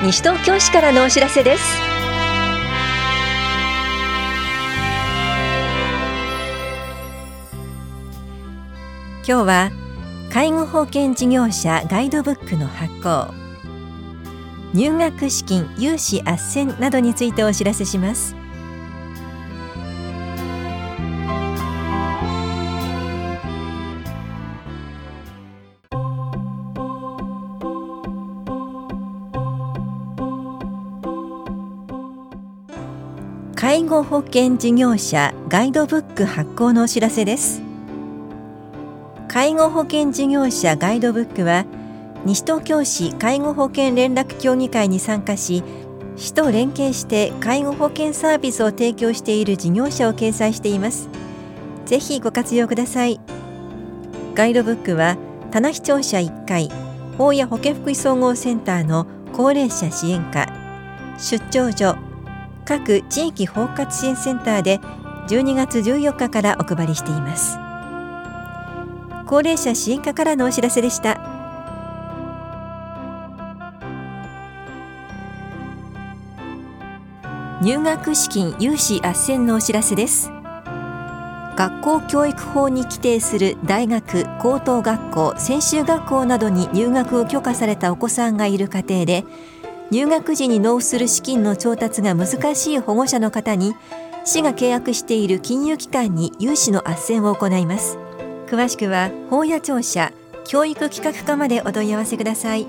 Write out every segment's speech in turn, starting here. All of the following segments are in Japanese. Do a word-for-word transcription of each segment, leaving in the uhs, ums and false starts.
西東京市からのお知らせです。今日は介護保険事業者ガイドブックの発行、入学資金融資斡旋などについてお知らせします。介護保険事業者ガイドブック発行のお知らせです。介護保険事業者ガイドブックは西東京市介護保険連絡協議会に参加し、市と連携して介護保険サービスを提供している事業者を掲載しています。ぜひご活用ください。ガイドブックは棚視庁舎いっかい大谷保健福祉総合センターの高齢者支援課、出張所、各地域包括支援センターでじゅうにがつじゅうよっかからお配りしています。高齢者支援課からのお知らせでした。入学資金融資斡旋のお知らせです。学校教育法に規定する大学、高等学校、専修学校などに入学を許可されたお子さんがいる家庭で、入学時に納付する資金の調達が難しい保護者の方に、市が契約している金融機関に融資の斡旋を行います。詳しくは保谷庁舎教育企画課までお問い合わせください。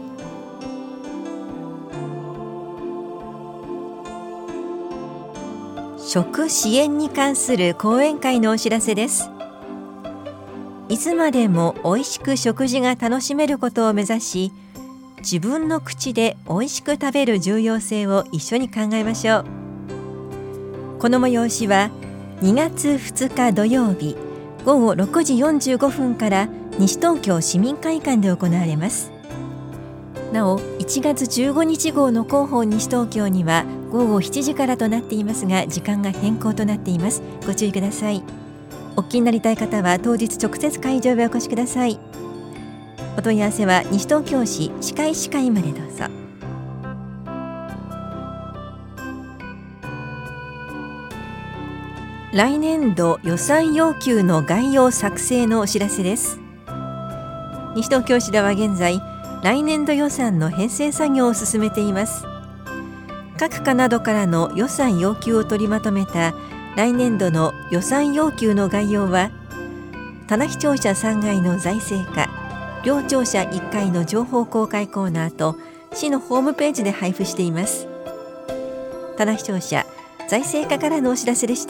食支援に関する講演会のお知らせです。いつまでも美味しく食事が楽しめることを目指し、自分の口で美味しく食べる重要性を一緒に考えましょう。この催しはにがつふつか土曜日ごごろくじよんじゅうごふんから西東京市民会館で行われます。なおいちがつじゅうごにち号の広報西東京にはごごしちじからとなっていますが、時間が変更となっています。ご注意ください。お聞きになりたい方は当日直接会場へお越しください。お問い合わせは西東京市歯科医師会までどうぞ。来年度予算要求の概要作成のお知らせです。西東京市では現在、来年度予算の編成作業を進めています。各課などからの予算要求を取りまとめた来年度の予算要求の概要は、棚視庁舎さんがいの財政課、両庁舎いっかいの情報公開コーナーと市のホームページで配布しています。棚視庁舎財政課からのお知らせでした。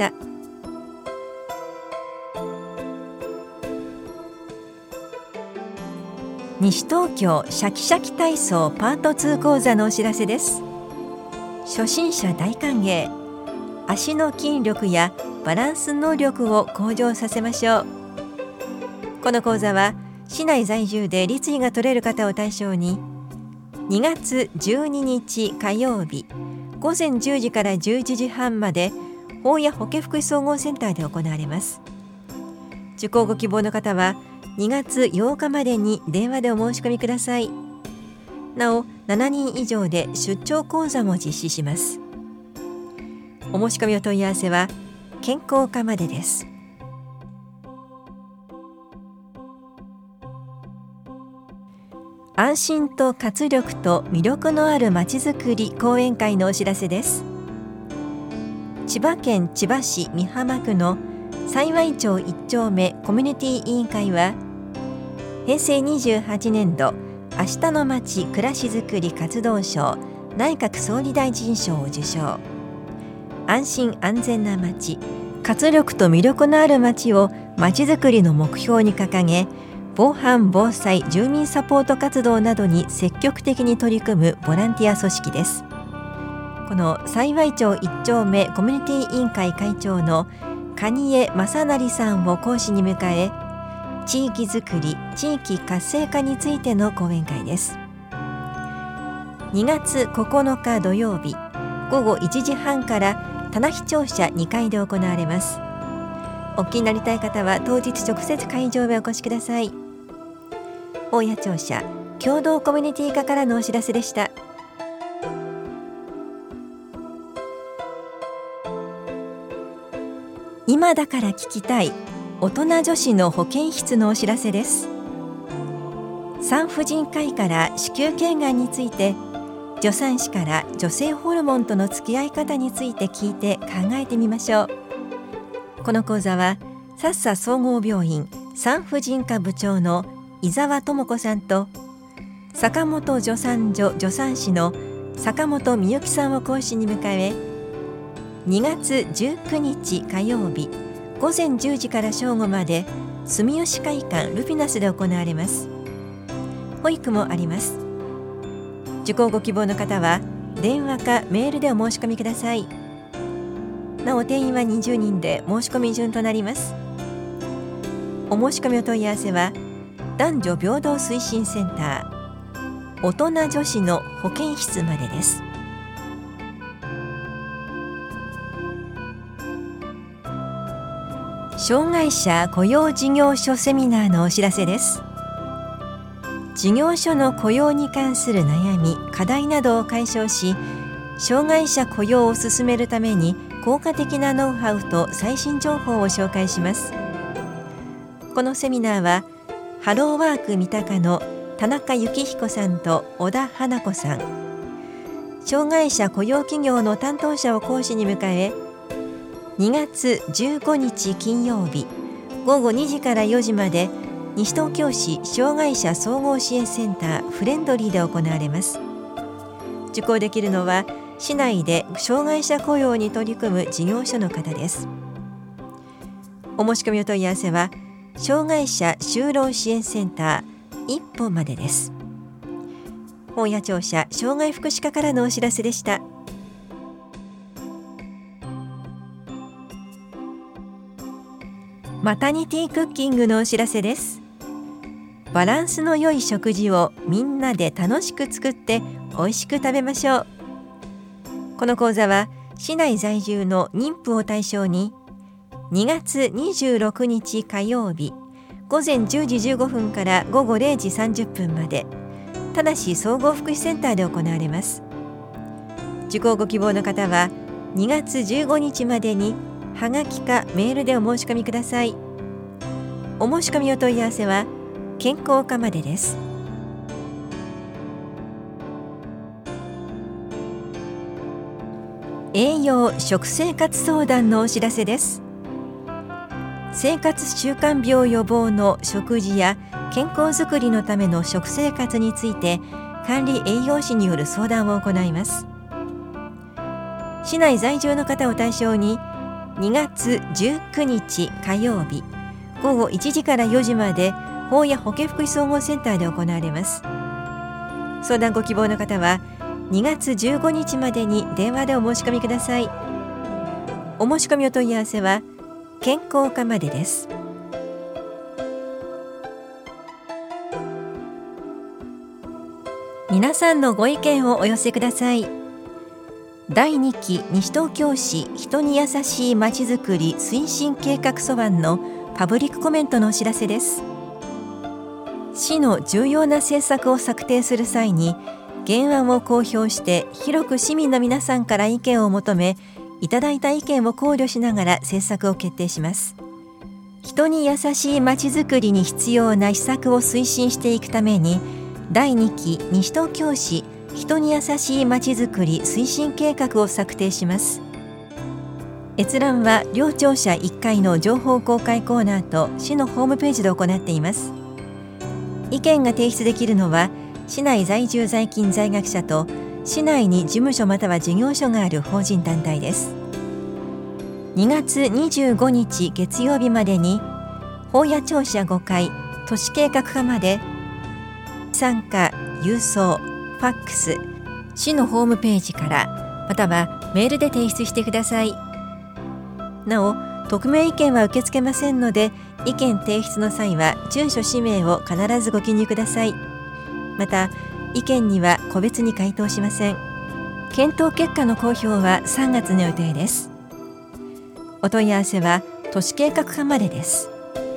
西東京シャキシャキ体操パートに講座のお知らせです。初心者大歓迎。足の筋力やバランス能力を向上させましょう。この講座は市内在住で立位が取れる方を対象に、にがつじゅうににち火曜日ごぜんじゅうじからじゅういちじはんまで大谷保健福祉総合センターで行われます。受講ご希望の方はにがつようかまでに電話でお申し込みください。なおしちにん以上で出張講座も実施します。お申し込みお問い合わせは健康課までです。安心と活力と魅力のあるまちづくり講演会のお知らせです。千葉県千葉市美浜区の幸町いっちょうめコミュニティ委員会は、平成にじゅうはちねんど明日のまち暮らしづくり活動賞内閣総理大臣賞を受賞。安心安全なまち、活力と魅力のあるまちをまちづくりの目標に掲げ、防犯・防災・住民サポート活動などに積極的に取り組むボランティア組織です。この幸町いっちょうめコミュニティ委員会会長の蟹江正成さんを講師に迎え、地域づくり・地域活性化についての講演会です。にがつここのか土曜日ごごいちじはんから棚視庁舎にかいで行われます。お聞きになりたい方は当日直接会場へお越しください。大谷庁舎共同コミュニティ課からのお知らせでした。 今だから聞きたい大人女子の保健室のお知らせです。産婦人科医から子宮頸がんについて、助産師から女性ホルモンとの付き合い方について聞いて考えてみましょう。この講座はさっさ総合病院産婦人科部長の伊沢智子さんと、坂本助産所助産師の坂本美幸さんを講師に迎え、にがつじゅうくにち火曜日ごぜんじゅうじから正午まで住吉会館ルピナスで行われます。保育もあります。受講ご希望の方は電話かメールでお申し込みください。なお定員はにじゅうにんで申し込み順となります。お申し込みお問い合わせは男女平等推進センター大人女子の保健室までです。障害者雇用事業所セミナーのお知らせです。事業所の雇用に関する悩み、課題などを解消し、障害者雇用を進めるために効果的なノウハウと最新情報を紹介します。このセミナーはハローワーク三鷹の田中幸彦さんと小田花子さん、障害者雇用企業の担当者を講師に迎え、にがつじゅうごにち金曜日ごごにじからよじまで西東京市障害者総合支援センターフレンドリーで行われます。受講できるのは市内で障害者雇用に取り組む事業所の方です。お申し込みお問い合わせは障害者就労支援センター一歩までです。本屋庁舎障害福祉課からのお知らせでした。マタニティクッキングのお知らせです。バランスの良い食事をみんなで楽しく作って美味しく食べましょう。この講座は市内在住の妊婦を対象ににがつにじゅうろくにち火曜日ごぜんじゅうじじゅうごふんからごごれいじさんじゅっぷんまで田無総合福祉センターで行われます。受講ご希望の方はにがつじゅうごにちまでにはがきかメールでお申し込みください。お申し込みお問い合わせは健康課までです。栄養食生活相談のお知らせです。生活習慣病予防の食事や健康づくりのための食生活について管理栄養士による相談を行います。市内在住の方を対象ににがつじゅうくにち火曜日ごごいちじからよじまで法や保健福祉総合センターで行われます。相談ご希望の方はにがつじゅうごにちまでに電話でお申し込みください。お申し込みお問い合わせは健康課までです。皆さんのご意見をお寄せください。だいにき西東京市人に優しいまちづくり推進計画素案のパブリックコメントのお知らせです。市の重要な政策を策定する際に原案を公表して広く市民の皆さんから意見を求め、いただいた意見を考慮しながら政策を決定します。人に優しいまちづくりに必要な施策を推進していくために、だいにき西東京市人に優しいまちづくり推進計画を策定します。閲覧は両庁舎いっかいの情報公開コーナーと市のホームページで行っています。意見が提出できるのは市内在住在勤在学者と市内に事務所または事業所がある法人団体です。にがつにじゅうごにち月曜日までに法屋庁舎ごかい都市計画課まで参加、郵送、ファックス、市のホームページからまたはメールで提出してください。なお、匿名意見は受け付けませんので、意見提出の際は住所氏名を必ずご記入ください。また、意見には個別に回答しません。検討結果の公表はさんがつの予定です。お問い合わせは都市計画課までです。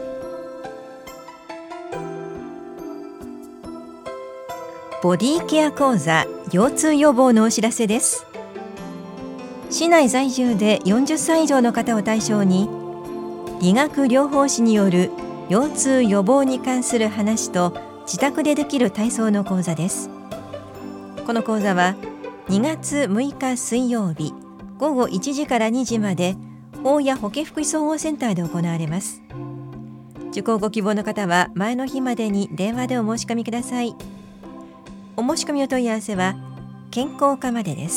ボディケア講座腰痛予防のお知らせです。市内在住でよんじゅっさい以上の方を対象に理学療法士による腰痛予防に関する話と自宅でできる体操の講座です。この講座はにがつむいか水曜日ごごいちじからにじまで大谷保健福祉総合センターで行われます。受講ご希望の方は前の日までに電話でお申し込みください。お申し込みお問い合わせは健康課までです。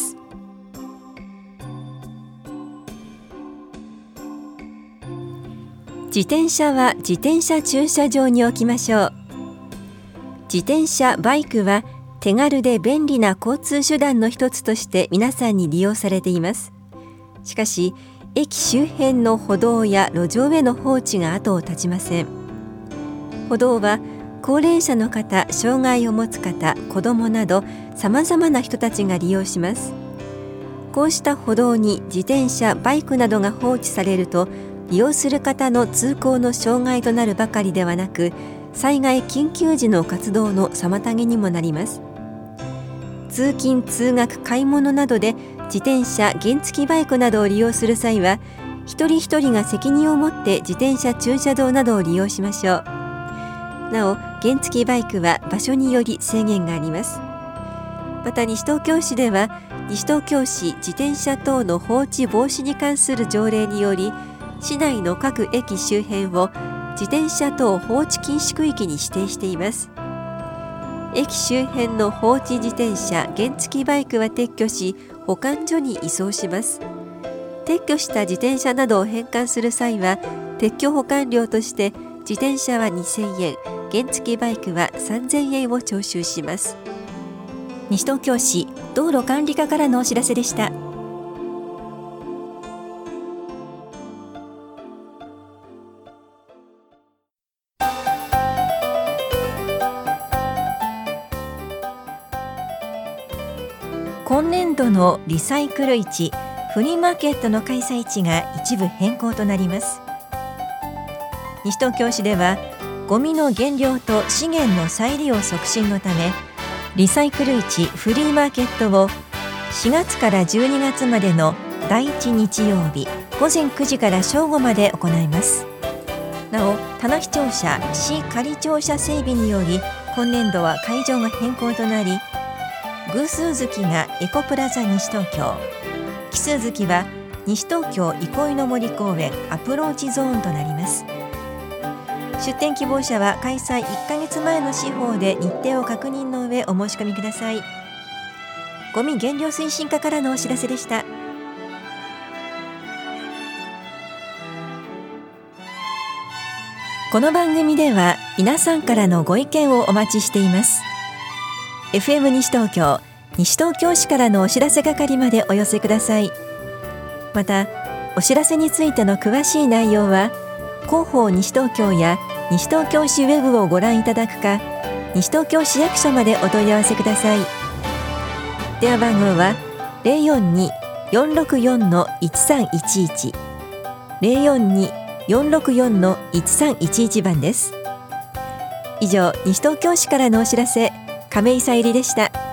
自転車は自転車駐車場に置きましょう。自転車、バイクは手軽で便利な交通手段の一つとして皆さんに利用されています。しかし、駅周辺の歩道や路上への放置が後を絶ちません。歩道は高齢者の方、障害を持つ方、子どもなどさまざまな人たちが利用します。こうした歩道に自転車、バイクなどが放置されると、利用する方の通行の障害となるばかりではなく、災害緊急時の活動の妨げにもなります。通勤・通学・買い物などで自転車、原付バイクなどを利用する際は、一人一人が責任を持って自転車駐車場などを利用しましょう。なお、原付バイクは場所により制限があります。また、西東京市では西東京市自転車等の放置防止に関する条例により、市内の各駅周辺を自転車等放置禁止区域に指定しています。駅周辺の放置自転車、原付バイクは撤去し、保管所に移送します。撤去した自転車などを返還する際は、撤去保管料として自転車はにせんえん、原付バイクはさんぜんえんを徴収します。西東京市道路管理課からのお知らせでした。今年度のリサイクル市フリーマーケットの開催地が一部変更となります。西東京市ではゴミの減量と資源の再利用促進のため、リサイクル市フリーマーケットをしがつからじゅうにがつまでのだいいち日曜日ごぜんくじから正午まで行います。なお、棚視聴者、市仮庁舎整備により今年度は会場が変更となり、偶数月がエコプラザ西東京、奇数月は西東京憩いの森公園アプローチゾーンとなります。出店希望者は開催いっかげつまえの司法で日程を確認の上お申し込みください。ゴミ減量推進課からのお知らせでした。この番組では皆さんからのご意見をお待ちしています。エフエム 西東京、西東京市からのお知らせ係までお寄せください。また、お知らせについての詳しい内容は、広報西東京や西東京市ウェブをご覧いただくか、西東京市役所までお問い合わせください。電話番号は ゼロよんに よんろくよん いちさんいちいち ゼロよんに よんろくよん いちさんいちいち番です。以上、西東京市からのお知らせ、亀井さゆりでした。